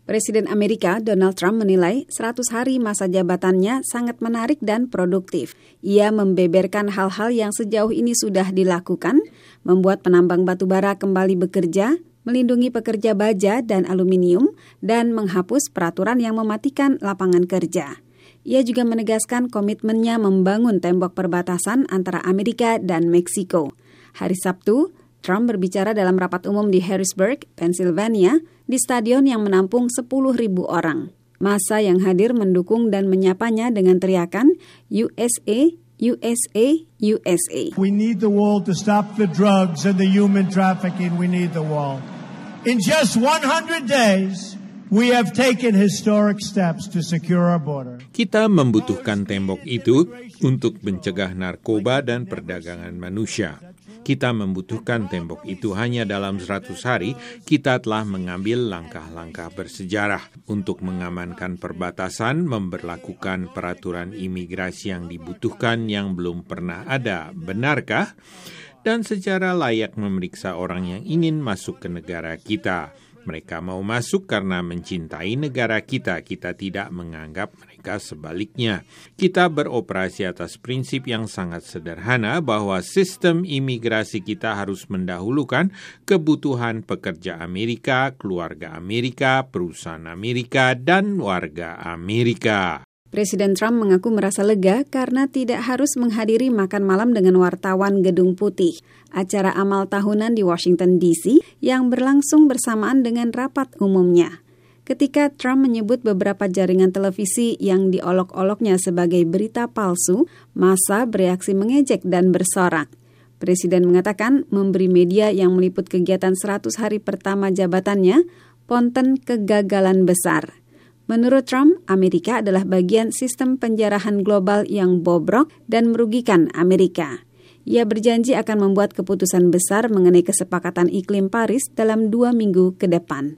Presiden Amerika Donald Trump menilai 100 hari masa jabatannya sangat menarik dan produktif. Ia membeberkan hal-hal yang sejauh ini sudah dilakukan, membuat penambang batubara kembali bekerja, melindungi pekerja baja dan aluminium, dan menghapus peraturan yang mematikan lapangan kerja. Ia juga menegaskan komitmennya membangun tembok perbatasan antara Amerika dan Meksiko. Hari Sabtu, Trump berbicara dalam rapat umum di Harrisburg, Pennsylvania, di stadion yang menampung 10.000 orang. Massa yang hadir mendukung dan menyapanya dengan teriakan USA, USA, USA. We need the wall to stop the drugs and the human trafficking. We need the wall. In just 100 days, we have taken historic steps to secure our border. Kita membutuhkan tembok itu untuk mencegah narkoba dan perdagangan manusia. Kita membutuhkan tembok itu hanya dalam 100 hari, kita telah mengambil langkah-langkah bersejarah untuk mengamankan perbatasan, memberlakukan peraturan imigrasi yang dibutuhkan yang belum pernah ada. Benarkah? Dan secara layak memeriksa orang yang ingin masuk ke negara kita. Mereka mau masuk karena mencintai negara kita. Kita tidak menganggap mereka sebaliknya. Kita beroperasi atas prinsip yang sangat sederhana bahwa sistem imigrasi kita harus mendahulukan kebutuhan pekerja Amerika, keluarga Amerika, perusahaan Amerika, dan warga Amerika. Presiden Trump mengaku merasa lega karena tidak harus menghadiri makan malam dengan wartawan Gedung Putih, acara amal tahunan di Washington D.C. yang berlangsung bersamaan dengan rapat umumnya. Ketika Trump menyebut beberapa jaringan televisi yang diolok-oloknya sebagai berita palsu, massa bereaksi mengejek dan bersorak. Presiden mengatakan memberi media yang meliput kegiatan 100 hari pertama jabatannya ponten kegagalan besar. Menurut Trump, Amerika adalah bagian sistem penjarahan global yang bobrok dan merugikan Amerika. Ia berjanji akan membuat keputusan besar mengenai kesepakatan iklim Paris dalam 2 minggu ke depan.